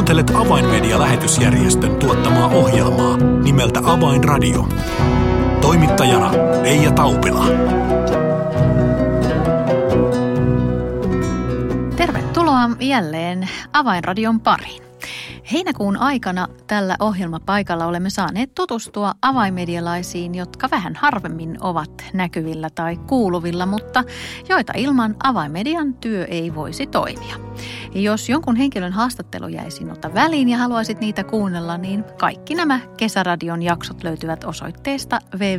Kuuntelet Avainmedia-lähetysjärjestön tuottamaa ohjelmaa nimeltä Avainradio. Toimittajana Eija Taupila. Tervetuloa jälleen Avainradion pariin. Heinäkuun aikana tällä ohjelmapaikalla olemme saaneet tutustua avainmedialaisiin, jotka vähän harvemmin ovat näkyvillä tai kuuluvilla, mutta joita ilman avainmedian työ ei voisi toimia. Jos jonkun henkilön haastattelu jäi sinulta väliin ja haluaisit niitä kuunnella, niin kaikki nämä Kesäradion jaksot löytyvät osoitteesta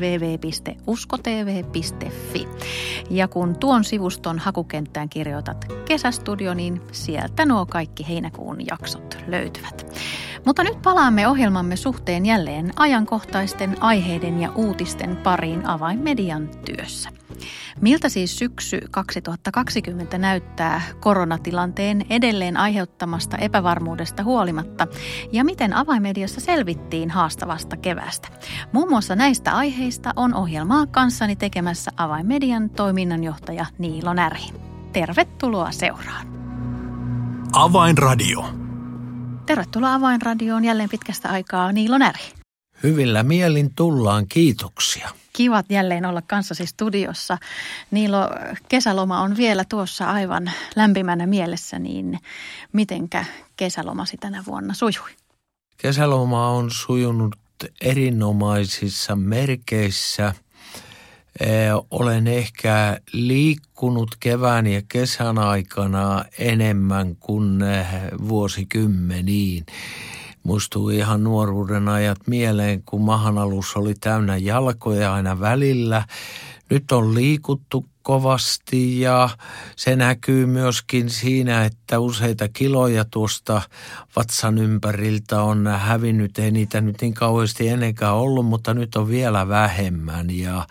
www.uskotv.fi. Ja kun tuon sivuston hakukenttään kirjoitat Kesästudio, niin sieltä nuo kaikki heinäkuun jaksot löytyvät. Mutta nyt palaamme ohjelmamme suhteen jälleen ajankohtaisten aiheiden ja uutisten pariin avainmedian työssä. Miltä siis syksy 2020 näyttää koronatilanteen edelleen aiheuttamasta epävarmuudesta huolimatta ja miten avainmediassa selvittiin haastavasta keväästä? Muun muassa näistä aiheista on ohjelmaa kanssani tekemässä avainmedian toiminnanjohtaja Niilo Näri. Tervetuloa seuraan. Avainradio. Tervetuloa Avainradioon jälleen pitkästä aikaa, Niilo Näri. Hyvillä mielin tullaan, kiitoksia. Kivat jälleen olla kanssasi studiossa. Niilo, kesäloma on vielä tuossa aivan lämpimänä mielessä, niin mitenkä kesälomasi tänä vuonna sujui? Kesäloma on sujunut erinomaisissa merkeissä. Olen ehkä liikkunut kevään ja kesän aikana enemmän kuin vuosikymmeniin. Muistuu ihan nuoruuden ajat mieleen, kun mahanalus oli täynnä jalkoja aina välillä. Nyt on liikuttu kovasti ja se näkyy myöskin siinä, että useita kiloja tuosta vatsan ympäriltä on hävinnyt. Ei niitä nyt niin kauheasti ennenkään ollut, mutta nyt on vielä vähemmän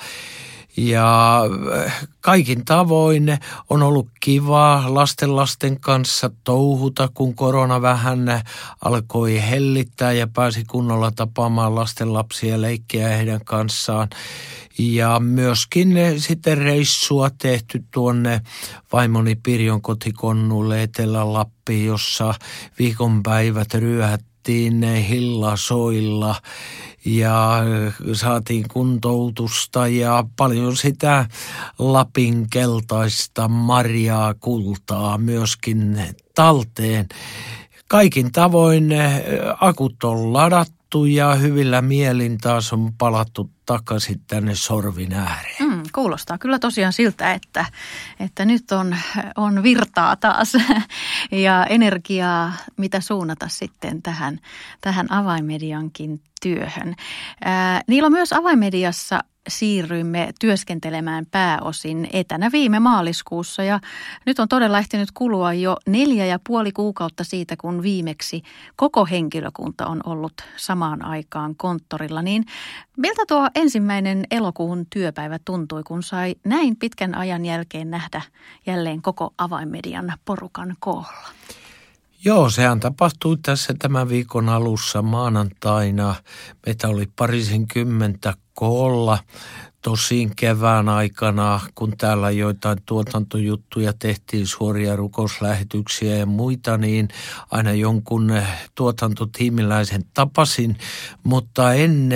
ja kaikin tavoin on ollut kiva lasten kanssa touhuta, kun korona vähän alkoi hellittää ja pääsi kunnolla tapaamaan lastenlapsia ja leikkiä heidän kanssaan. Ja myöskin sitten reissua tehty tuonne vaimoni Pirjon kotikonnulle Etelä-Lappiin, jossa viikonpäivät ryöhättiin hillasoilla ja saatiin kuntoutusta ja paljon sitä Lapin keltaista marjaa, kultaa myöskin talteen. Kaikin tavoin akut on ladattu ja hyvillä mielin taas on palattu takaisin tänne sorvin ääreen. Kuulostaa kyllä tosiaan siltä, että nyt on virtaa taas ja energiaa, mitä suunnata sitten tähän avainmediankin työhön. Niillä myös avainmediassa siirryimme työskentelemään pääosin etänä viime maaliskuussa ja nyt on todella ehtinyt kulua jo 4,5 kuukautta siitä, kun viimeksi koko henkilökunta on ollut samaan aikaan konttorilla. Niin miltä tuo 1. elokuun työpäivä tuntui, kun sai näin pitkän ajan jälkeen nähdä jälleen koko avainmedian porukan koolla? Joo, sehän tapahtui tässä tämän viikon alussa maanantaina. Meitä oli parisenkymmentä koolla. Tosin kevään aikana, kun täällä joitain tuotantojuttuja tehtiin, suoria rukouslähetyksiä ja muita, niin aina jonkun tuotantotiimiläisen tapasin. Mutta en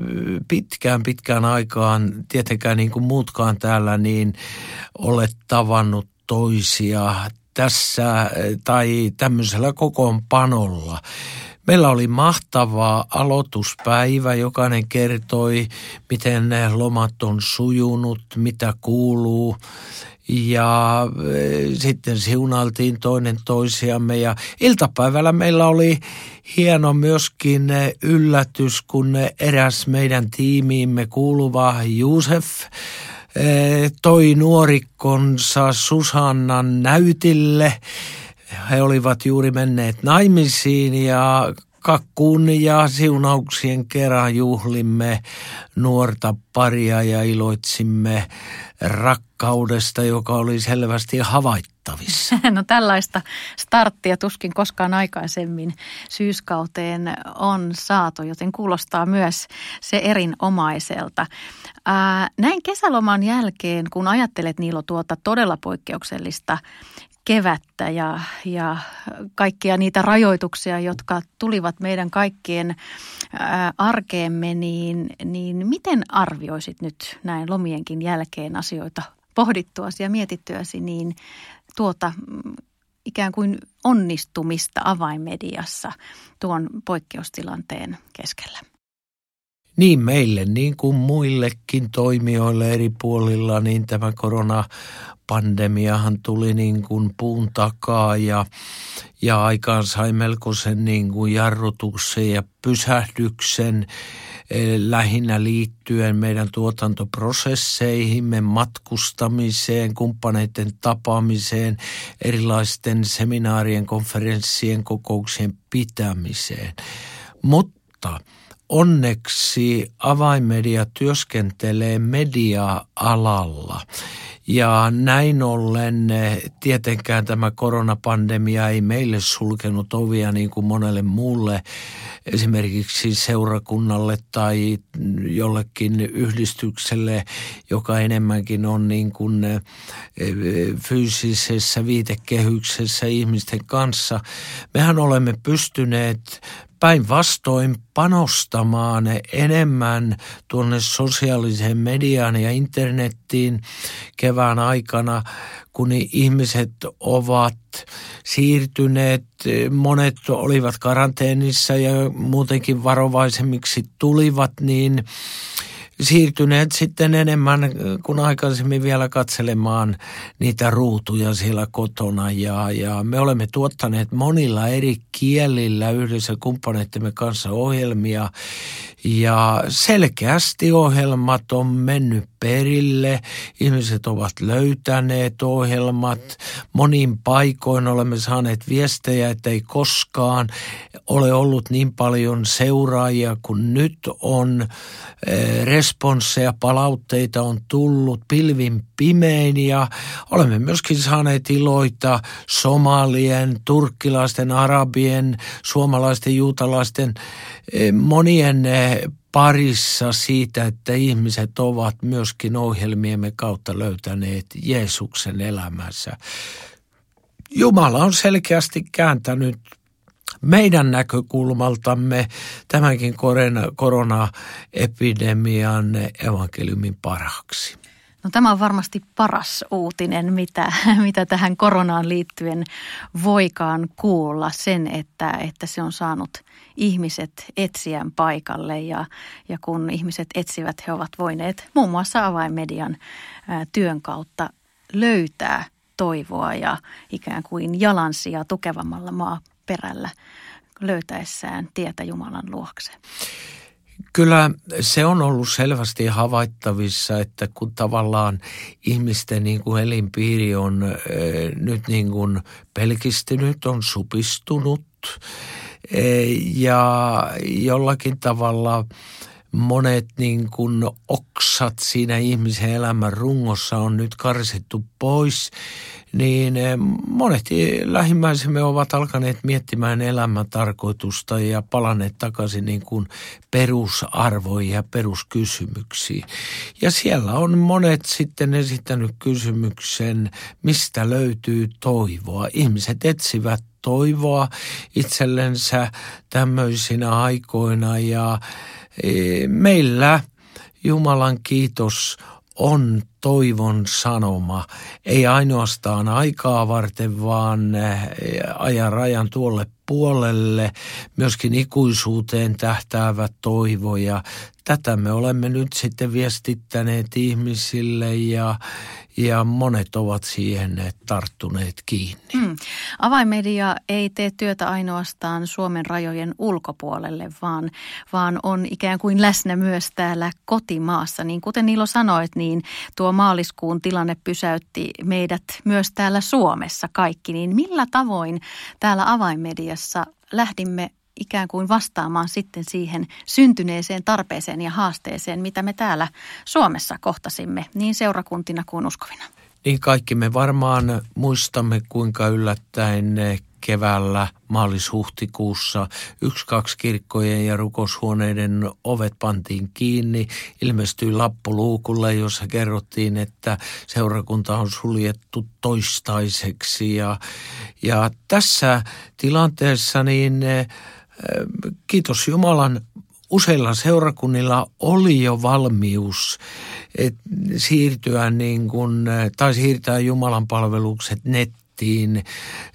pitkään aikaan, tietenkään niin kuin muutkaan täällä, niin ole tavannut toisia tässä tai tämmöisellä kokoonpanolla. Meillä oli mahtava aloituspäivä. Jokainen kertoi, miten lomat on sujunut, mitä kuuluu. Ja sitten siunailtiin toinen toisiamme. Ja iltapäivällä meillä oli hieno myöskin yllätys, kun eräs meidän tiimiimme kuuluva Juusef toi nuorikkonsa Susannan näytille. He olivat juuri menneet naimisiin ja kakkuun ja siunauksien kerran juhlimme nuorta paria ja iloitsimme rakkaudesta, joka oli selvästi havaittavissa. No tällaista starttia tuskin koskaan aikaisemmin syyskauteen on saatu, joten kuulostaa myös se erinomaiselta. Näin kesäloman jälkeen, kun ajattelet Niilo tuota todella poikkeuksellista kevättä ja kaikkia niitä rajoituksia, jotka tulivat meidän kaikkien arkeemme, niin miten arvioisit nyt näin lomienkin jälkeen asioita pohdittuasi ja mietittyäsi, niin ikään kuin onnistumista avainmediassa tuon poikkeustilanteen keskellä? Niin meille niin kuin muillekin toimijoille eri puolilla, niin tämä koronapandemiahan tuli niin kuin puun takaa ja aikaan sai melkoisen niin kuin jarrutuksen ja pysähdyksen lähinnä liittyen meidän tuotantoprosesseihimme, matkustamiseen, kumppaneiden tapaamiseen, erilaisten seminaarien, konferenssien, kokouksien pitämiseen. Mutta onneksi avainmedia työskentelee media-alalla ja näin ollen tietenkään tämä koronapandemia ei meille sulkenut ovia niin kuin monelle muulle, esimerkiksi seurakunnalle tai jollekin yhdistykselle, joka enemmänkin on niin kuin fyysisessä viitekehyksessä ihmisten kanssa. Mehän olemme pystyneet päinvastoin panostamaan enemmän tuonne sosiaaliseen mediaan ja internettiin kevään aikana, kun ihmiset ovat siirtyneet, monet olivat karanteenissa ja muutenkin varovaisemmiksi tulivat, niin siirtyneet sitten enemmän kuin aikaisemmin vielä katselemaan niitä ruutuja siellä kotona ja me olemme tuottaneet monilla eri kielillä yhdessä kumppaneittemme kanssa ohjelmia ja selkeästi ohjelmat on mennyt perille, ihmiset ovat löytäneet ohjelmat, monin paikoin olemme saaneet viestejä, että ei koskaan ole ollut niin paljon seuraajia kuin nyt on, responsseja, palautteita on tullut pilvin pimein ja olemme myöskin saaneet iloita somalien, turkkilaisten, arabien, suomalaisten, juutalaisten, monien parissa siitä, että ihmiset ovat myöskin ohjelmiemme kautta löytäneet Jeesuksen elämänsä. Jumala on selkeästi kääntänyt meidän näkökulmaltamme tämänkin koronaepidemian evankeliumin parhaaksi. No, tämä on varmasti paras uutinen, mitä tähän koronaan liittyen voikaan kuulla, sen, että se on saanut ihmiset etsijän paikalle ja kun ihmiset etsivät, he ovat voineet muun muassa avainmedian työn kautta löytää toivoa ja ikään kuin jalansijaa tukevammalla maaperällä löytäessään tietä Jumalan luokse. Kyllä se on ollut selvästi havaittavissa, että kun tavallaan ihmisten niin kuin elinpiiri on nyt niin kuin pelkistynyt, on supistunut ja jollakin tavalla monet niin kuin oksat siinä ihmisen elämän rungossa on nyt karsittu pois, niin monet lähimmäisemme ovat alkaneet miettimään elämän tarkoitusta ja palanneet takaisin niin kuin perusarvoihin ja peruskysymyksiin. Ja siellä on monet sitten esittänyt kysymyksen, mistä löytyy toivoa. Ihmiset etsivät toivoa itsellensä tämmöisinä aikoina ja meillä, Jumalan kiitos, on toivon sanoma. Ei ainoastaan aikaa varten, vaan ajan rajan tuolle puolelle, myöskin ikuisuuteen tähtäävä toivo. Ja tätä me olemme nyt sitten viestittäneet ihmisille ja monet ovat siihen tarttuneet kiinni. Avainmedia ei tee työtä ainoastaan Suomen rajojen ulkopuolelle, vaan on ikään kuin läsnä myös täällä kotimaassa. Niin kuten Niilo sanoit, niin tuo maaliskuun tilanne pysäytti meidät myös täällä Suomessa kaikki. Niin millä tavoin täällä avainmediassa lähdimme ikään kuin vastaamaan sitten siihen syntyneeseen tarpeeseen ja haasteeseen, mitä me täällä Suomessa kohtasimme niin seurakuntina kuin uskovina? Niin kaikki me varmaan muistamme, kuinka yllättäen keväällä maalis-huhtikuussa 1-2 kirkkojen ja rukoushuoneiden ovet pantiin kiinni. Ilmestyi lappu luukulle, jossa kerrottiin, että seurakunta on suljettu toistaiseksi. Ja tässä tilanteessa niin kiitos Jumalan, useilla seurakunnilla oli jo valmius siirtyä siirtää Jumalan palvelukset nettiin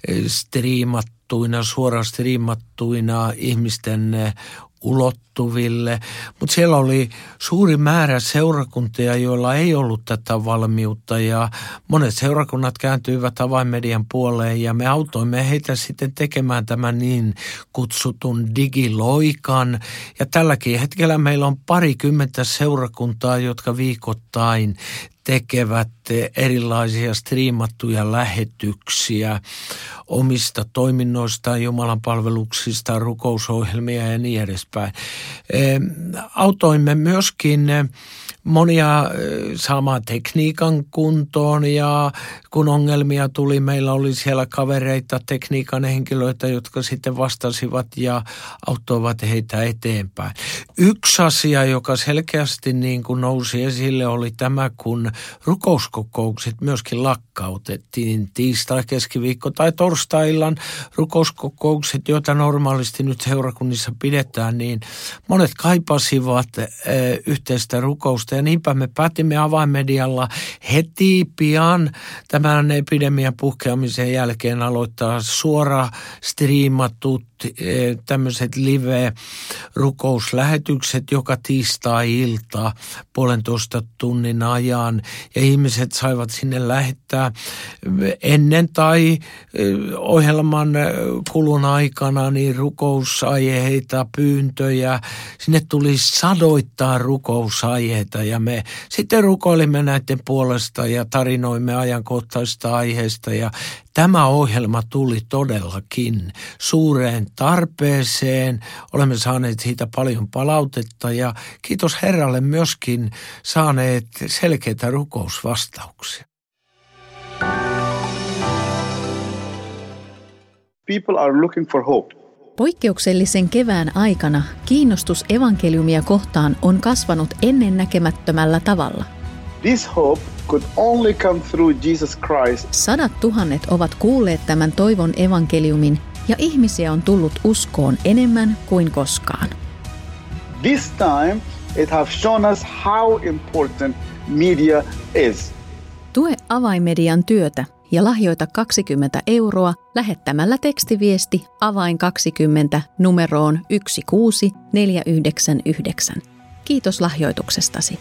suoraan striimattuina ihmisten ulottuville, mutta siellä oli suuri määrä seurakuntia, joilla ei ollut tätä valmiutta ja monet seurakunnat kääntyivät avainmedian puoleen ja me autoimme heitä sitten tekemään tämän niin kutsutun digiloikan ja tälläkin hetkellä meillä on 20 seurakuntaa, jotka viikoittain tekevät erilaisia striimattuja lähetyksiä omista toiminnoistaan, Jumalan palveluksista, rukousohjelmia ja niin edespäin. Autoimme myöskin monia saamaan tekniikan kuntoon ja kun ongelmia tuli, meillä oli siellä kavereita, tekniikan henkilöitä, jotka sitten vastasivat ja auttoivat heitä eteenpäin. Yksi asia, joka selkeästi niin kuin nousi esille, oli tämä, kun rukouskokoukset myöskin lakkautettiin tiistai, keskiviikko tai torstai-illan rukouskokoukset, joita normaalisti nyt seurakunnissa pidetään, niin monet kaipasivat yhteistä rukousta ja niinpä me päätimme avainmedialla heti pian tämän epidemian puhkeamisen jälkeen aloittaa suora striimatut tämmöiset live-rukouslähetykset joka tiistai-ilta 1,5 tunnin ajan ja ihmiset saivat sinne lähettää ennen tai ohjelman kulun aikana niin rukousaiheita, pyyntöjä. Sinne tuli sadoittain rukousaiheita ja me sitten rukoilimme näiden puolesta ja tarinoimme ajankohtaisista aiheista ja tämä ohjelma tuli todellakin suureen tarpeeseen. Olemme saaneet siitä paljon palautetta ja kiitos Herralle myöskin saaneet selkeitä rukousvastauksia. People are looking for hope. Poikkeuksellisen kevään aikana kiinnostus evankeliumia kohtaan on kasvanut ennennäkemättömällä tavalla. This hope could only come through Jesus Christ. 100 000 ovat kuulleet tämän toivon evankeliumin ja ihmisiä on tullut uskoon enemmän kuin koskaan. This time it has shown us how important media is. Tue avainmedian työtä ja lahjoita 20 € lähettämällä tekstiviesti avain 20 numeroon 16499. Kiitos lahjoituksestasi.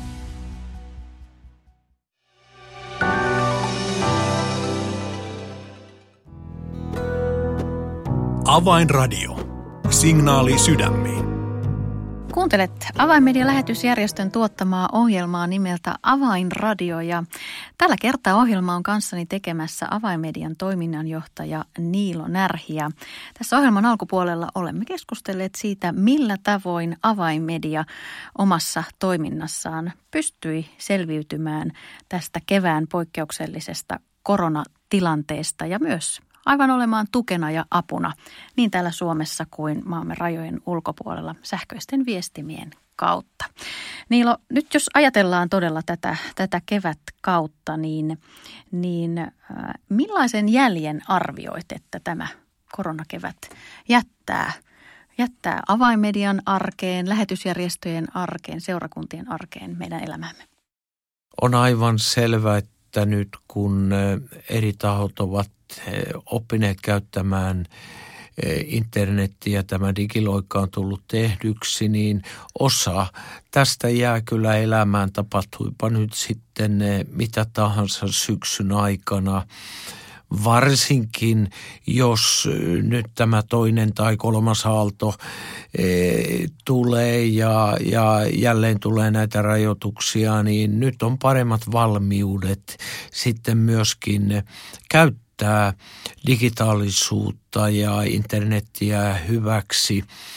Avainradio. Signaali sydämiin. Kuuntelet Avainmedia-lähetysjärjestön tuottamaa ohjelmaa nimeltä Avainradio ja tällä kertaa ohjelma on kanssani tekemässä Avainmedian toiminnanjohtaja Niilo Närhi. Ja tässä ohjelman alkupuolella olemme keskustelleet siitä, millä tavoin Avainmedia omassa toiminnassaan pystyi selviytymään tästä kevään poikkeuksellisesta koronatilanteesta ja myös aivan olemaan tukena ja apuna niin täällä Suomessa kuin maamme rajojen ulkopuolella sähköisten viestimien kautta. Niilo, nyt jos ajatellaan todella tätä kevätkautta, niin millaisen jäljen arvioit, että tämä koronakevät jättää avainmedian arkeen, lähetysjärjestöjen arkeen, seurakuntien arkeen meidän elämäämme? On aivan selvä, että nyt kun eri tahot ovat oppineet käyttämään internettiä, tämä digiloikka on tullut tehdyksi, niin osa tästä jää kyllä elämään, tapahtuipa nyt sitten mitä tahansa syksyn aikana. Varsinkin, jos nyt tämä toinen tai kolmas aalto tulee ja jälleen tulee näitä rajoituksia, niin nyt on paremmat valmiudet sitten myöskin käyttää digitaalisuutta ja internettiä hyväksi.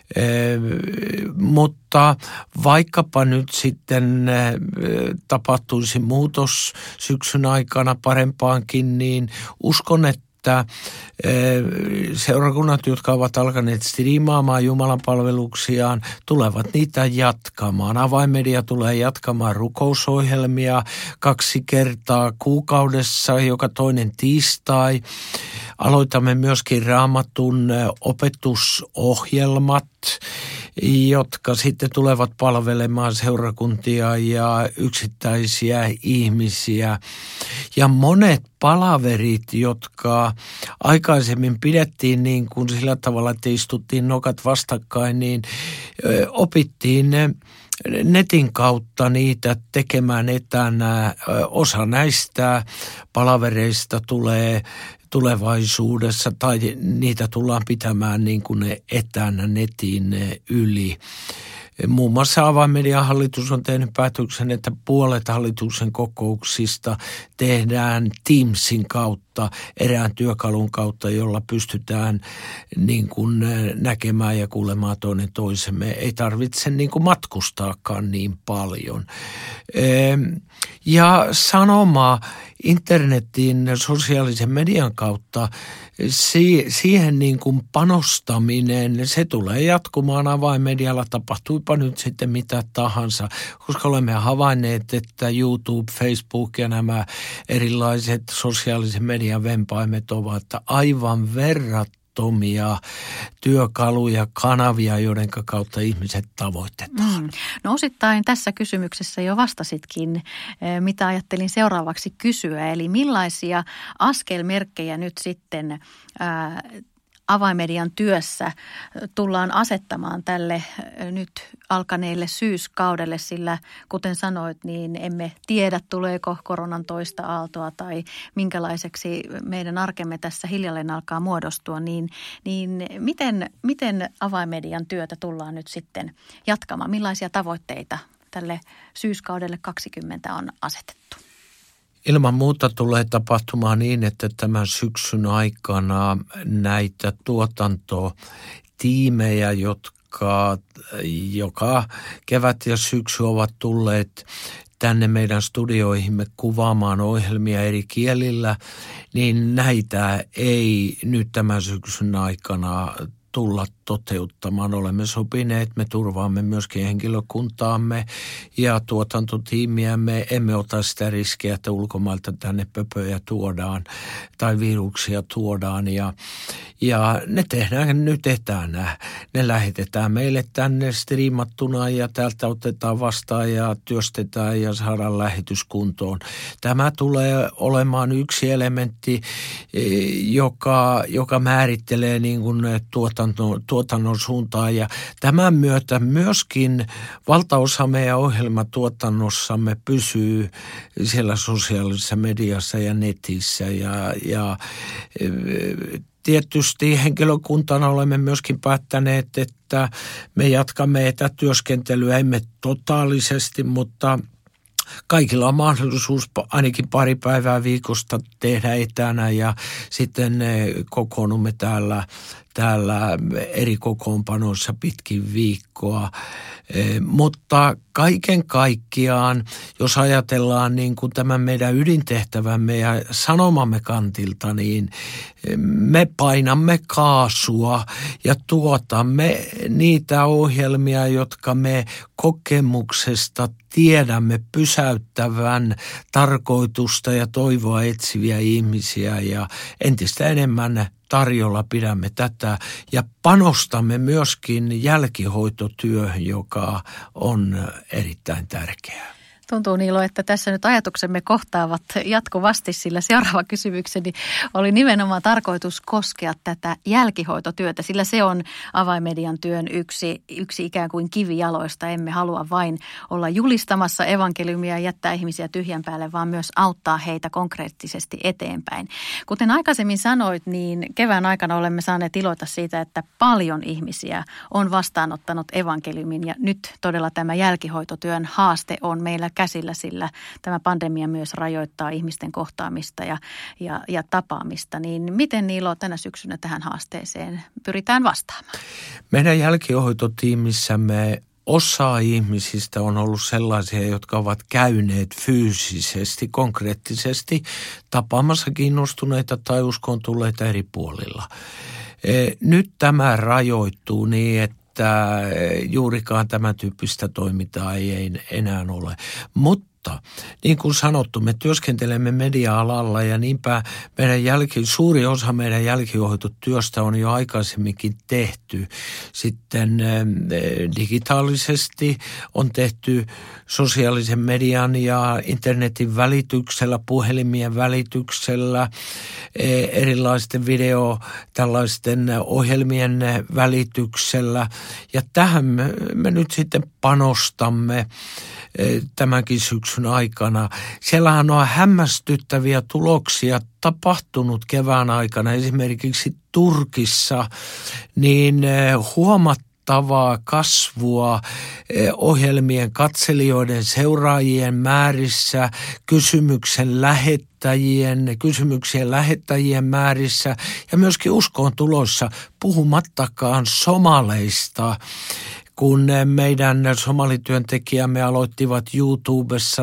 Mutta vaikkapa nyt sitten tapahtuisi muutos syksyn aikana parempaankin, niin uskon, että seurakunnat, jotka ovat alkaneet striimaamaan Jumalan palveluksiaan, tulevat niitä jatkamaan. Avainmedia tulee jatkamaan rukousohjelmia 2 kertaa kuukaudessa, joka toinen tiistai. Aloitamme myöskin Raamatun opetusohjelmat, jotka sitten tulevat palvelemaan seurakuntia ja yksittäisiä ihmisiä. Ja monet palaverit, jotka aikaisemmin pidettiin niin kuin sillä tavalla, että istuttiin nokat vastakkain, niin opittiin netin kautta niitä tekemään etänä. Osa näistä palavereista tulee tulevaisuudessa tai niitä tullaan pitämään niin kuin etänä netin yli. Muun muassa Avainmedian hallitus on tehnyt päätöksen, että puolet hallituksen kokouksista tehdään Teamsin kautta, erään työkalun kautta, jolla pystytään niin kuin näkemään ja kuulemaan toinen toisemme. Ei tarvitse niin kuin matkustaakaan niin paljon. Ja sanoma internetin, sosiaalisen median kautta, siihen niin kuin panostaminen, se tulee jatkumaan avainmedialla, tapahtuipa nyt sitten mitä tahansa, koska olemme havainneet, että YouTube, Facebook ja nämä erilaiset sosiaalisen median vempaimet ovat aivan verrattomia työkaluja, kanavia, joiden kautta ihmiset tavoitetaan. No osittain tässä kysymyksessä jo vastasitkin, mitä ajattelin seuraavaksi kysyä. Eli millaisia askelmerkkejä nyt sitten avainmedian työssä tullaan asettamaan tälle nyt alkaneelle syyskaudelle, sillä kuten sanoit, niin emme tiedä, tuleeko koronan toista aaltoa tai minkälaiseksi meidän arkemme tässä hiljalleen alkaa muodostua, niin miten avainmedian työtä tullaan nyt sitten jatkamaan? Millaisia tavoitteita tälle syyskaudelle 2020 on asetettu? Ilman muuta tulee tapahtumaan niin, että tämän syksyn aikana näitä tuotantotiimejä, joka kevät ja syksy ovat tulleet tänne meidän studioihimme kuvaamaan ohjelmia eri kielillä, niin näitä ei nyt tämän syksyn aikana tulla toteuttamaan. Olemme sopineet, me turvaamme myöskin henkilökuntaamme ja tuotantotiimiämme. Emme ota sitä riskiä, että ulkomailta tänne pöpöjä tuodaan tai viruksia tuodaan ja ne tehdään nyt etänä. Ne lähetetään meille tänne striimattuna ja täältä otetaan vastaan ja työstetään ja saadaan lähetyskuntoon. Tämä tulee olemaan yksi elementti, joka määrittelee niin kuin tuotannon suuntaan ja tämän myötä myöskin valtaosa meidän ohjelmatuotannossamme pysyy siellä sosiaalisessa mediassa ja netissä ja tietysti henkilökuntana olemme myöskin päättäneet, että me jatkamme etätyöskentelyä, emme totaalisesti, mutta kaikilla on mahdollisuus ainakin pari päivää viikosta tehdä etänä ja sitten kokoonnumme täällä eri kokoonpanoissa pitkin viikkoa. Mutta kaiken kaikkiaan, jos ajatellaan niin kuin tämän meidän ydintehtävämme ja sanomamme kantilta, niin me painamme kaasua ja tuotamme niitä ohjelmia, jotka me kokemuksesta tiedämme pysäyttävän tarkoitusta ja toivoa etsiviä ihmisiä ja entistä enemmän tarjolla pidämme tätä ja panostamme myöskin jälkihoitotyöhön, joka on erittäin tärkeää. Tuntuu Niilo, että tässä nyt ajatuksemme kohtaavat jatkuvasti, sillä seuraava kysymykseni oli nimenomaan tarkoitus koskea tätä jälkihoitotyötä, sillä se on avainmedian työn yksi ikään kuin kivijaloista. Emme halua vain olla julistamassa evankeliumia ja jättää ihmisiä tyhjän päälle, vaan myös auttaa heitä konkreettisesti eteenpäin. Kuten aikaisemmin sanoit, niin kevään aikana olemme saaneet iloita siitä, että paljon ihmisiä on vastaanottanut evankeliumin ja nyt todella tämä jälkihoitotyön haaste on meillä käsillä, sillä tämä pandemia myös rajoittaa ihmisten kohtaamista ja tapaamista. Niin miten Niilo tänä syksynä tähän haasteeseen pyritään vastaamaan? Meidän jälkihoitotiimissämme osa ihmisistä on ollut sellaisia, jotka ovat käyneet fyysisesti, konkreettisesti tapaamassa kiinnostuneita tai uskoon tulleita eri puolilla. Nyt tämä rajoittuu niin, että juurikaan tämän tyyppistä toimintaa ei enää ole. Mutta niin kuin sanottu, me työskentelemme media-alalla ja niinpä suuri osa meidän jälkihoitotyöstä on jo aikaisemminkin tehty. Sitten digitaalisesti on tehty sosiaalisen median ja internetin välityksellä, puhelimien välityksellä, erilaisten tällaisten ohjelmien välityksellä. Ja tähän me nyt sitten panostamme tämänkin syksyn aikana. Siellähän on hämmästyttäviä tuloksia tapahtunut kevään aikana. Esimerkiksi Turkissa niin huomattavaa kasvua ohjelmien katselijoiden, seuraajien määrissä, kysymyksien lähettäjien määrissä ja myöskin uskoon tulossa, puhumattakaan somaleista. Kun meidän somalityöntekijämme aloittivat YouTubessa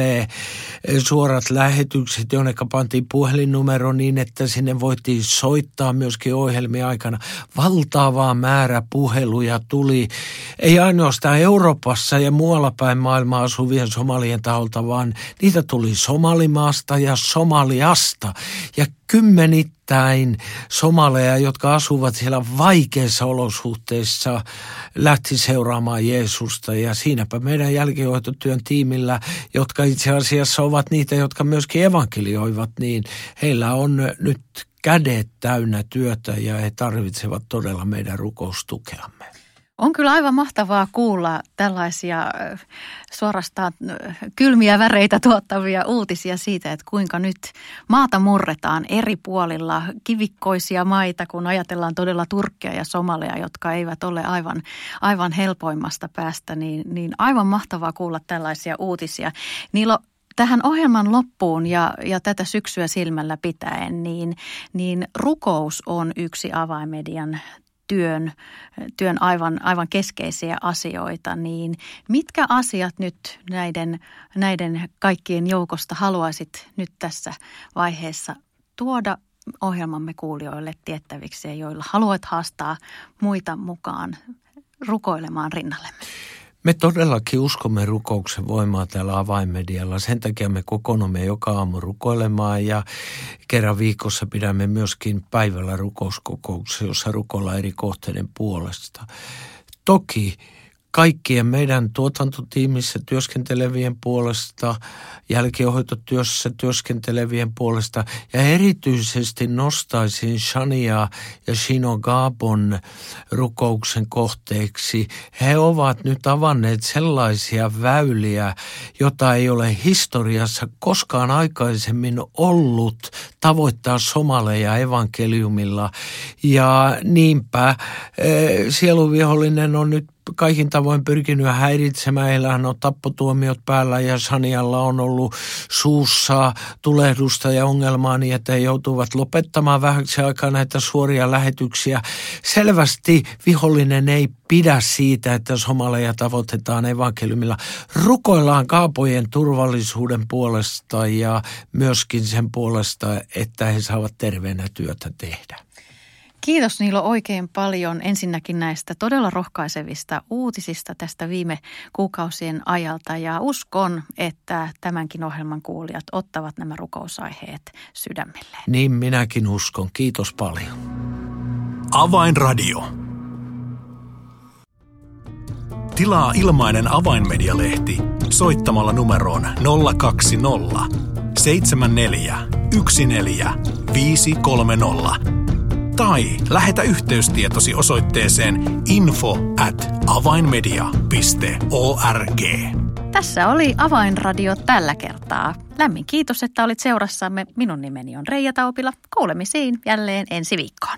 suorat lähetykset, jonne pantiin puhelinnumero niin, että sinne voitiin soittaa myöskin ohjelmien aikana. Valtava määrä puheluja tuli, ei ainoastaan Euroopassa ja muualla päin maailmaa asuvien somalien taholta, vaan niitä tuli Somalimaasta ja Somaliasta ja kymmenittäin somaleja, jotka asuvat siellä vaikeissa olosuhteissa, lähti seuraamaan Jeesusta. Ja siinäpä meidän jälkihoitotyön tiimillä, jotka itse asiassa ovat niitä, jotka myöskin evankelioivat, niin heillä on nyt kädet täynnä työtä ja he tarvitsevat todella meidän rukoustukeamme. On kyllä aivan mahtavaa kuulla tällaisia suorastaan kylmiä väreitä tuottavia uutisia siitä, että kuinka nyt maata murretaan eri puolilla kivikkoisia maita, kun ajatellaan todella Turkkia ja Somalia, jotka eivät ole aivan helpoimmasta päästä, niin aivan mahtavaa kuulla tällaisia uutisia. Niilo, tähän ohjelman loppuun ja tätä syksyä silmällä pitäen, niin rukous on yksi avainmedian työn aivan keskeisiä asioita, niin mitkä asiat nyt näiden kaikkien joukosta haluaisit nyt tässä vaiheessa tuoda ohjelmamme kuulijoille tiettäviksi ja joilla haluat haastaa muita mukaan rukoilemaan rinnallemme? Me todellakin uskomme rukouksen voimaa täällä avainmedialla. Sen takia me kokoonnumme joka aamu rukoilemaan ja kerran viikossa pidämme myöskin päivällä rukouskokouksia, jossa rukoillaan eri kohteiden puolesta. Toki kaikkien meidän tuotantotiimissä työskentelevien puolesta, jälkihoitotyössä työskentelevien puolesta ja erityisesti nostaisin Shania ja Shino Gabon rukouksen kohteeksi. He ovat nyt avanneet sellaisia väyliä, jota ei ole historiassa koskaan aikaisemmin ollut tavoittaa somaleja evankeliumilla ja niinpä sieluvihollinen on nyt kaikin tavoin pyrkinyt häiritsemään. Heillähän on tappotuomiot päällä ja Shanialla on ollut suussa tulehdusta ja ongelmaa niin, että he joutuvat lopettamaan vähäksi aikaa näitä suoria lähetyksiä. Selvästi vihollinen ei pidä siitä, että somaleja tavoitetaan evankeliumilla. Rukoillaan kaapojen turvallisuuden puolesta ja myöskin sen puolesta, että he saavat terveenä työtä tehdä. Kiitos Niilo oikein paljon ensinnäkin näistä todella rohkaisevista uutisista tästä viime kuukausien ajalta ja uskon, että tämänkin ohjelman kuulijat ottavat nämä rukousaiheet sydämelleen. Niin minäkin uskon. Kiitos paljon. Avainradio. Tilaa ilmainen Avainmedia-lehti soittamalla numeroon 020 74 14 530. Tai lähetä yhteystietosi osoitteeseen info@avainmedia.org. Tässä oli Avainradio tällä kertaa. Lämmin kiitos, että olit seurassamme. Minun nimeni on Reija Taupila. Kuulemisiin jälleen ensi viikkoon.